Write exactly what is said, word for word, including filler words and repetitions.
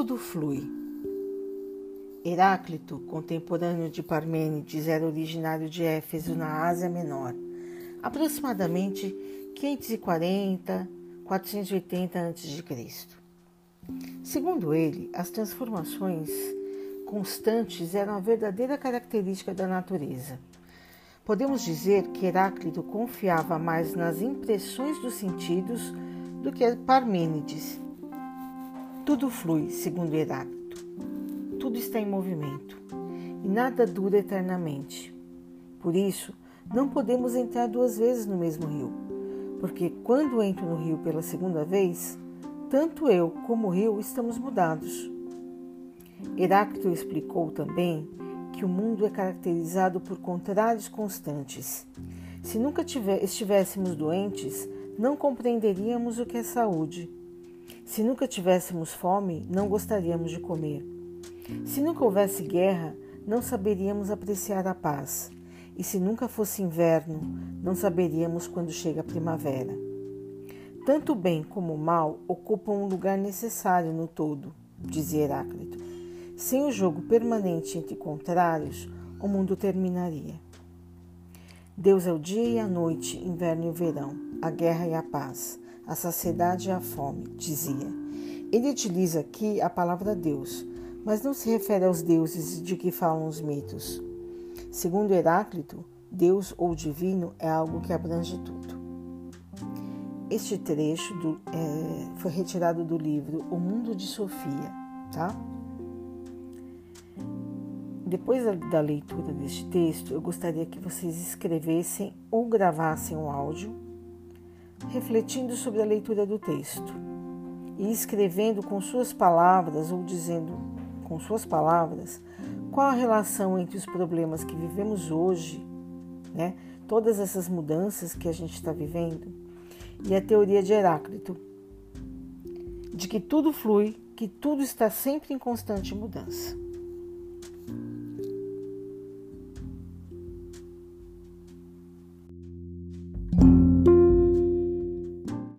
Tudo flui. Heráclito, contemporâneo de Parmênides, era originário de Éfeso, na Ásia Menor, aproximadamente quinhentos e quarenta a quatrocentos e oitenta antes de Cristo. Segundo ele, as transformações constantes eram a verdadeira característica da natureza. Podemos dizer que Heráclito confiava mais nas impressões dos sentidos do que Parmênides. Tudo flui, segundo Heráclito. Tudo está em movimento e nada dura eternamente. Por isso, não podemos entrar duas vezes no mesmo rio, porque quando entro no rio pela segunda vez, tanto eu como o rio estamos mudados. Heráclito explicou também que o mundo é caracterizado por contrários constantes. Se nunca tiver, estivéssemos doentes, não compreenderíamos o que é saúde. Se nunca tivéssemos fome, não gostaríamos de comer. Se nunca houvesse guerra, não saberíamos apreciar a paz. E se nunca fosse inverno, não saberíamos quando chega a primavera. Tanto o bem como o mal ocupam um lugar necessário no todo, dizia Heráclito. Sem o jogo permanente entre contrários, o mundo terminaria. Deus é o dia e a noite, inverno e o verão, a guerra e a paz, a saciedade e a fome, dizia. Ele utiliza aqui a palavra Deus, mas não se refere aos deuses de que falam os mitos. Segundo Heráclito, Deus ou divino é algo que abrange tudo. Este trecho do, é, foi retirado do livro O Mundo de Sofia, tá? Depois da, da leitura deste texto, eu gostaria que vocês escrevessem ou gravassem um áudio refletindo sobre a leitura do texto e escrevendo com suas palavras ou dizendo com suas palavras qual a relação entre os problemas que vivemos hoje, né, todas essas mudanças que a gente está vivendo, e a teoria de Heráclito, de que tudo flui, que tudo está sempre em constante mudança.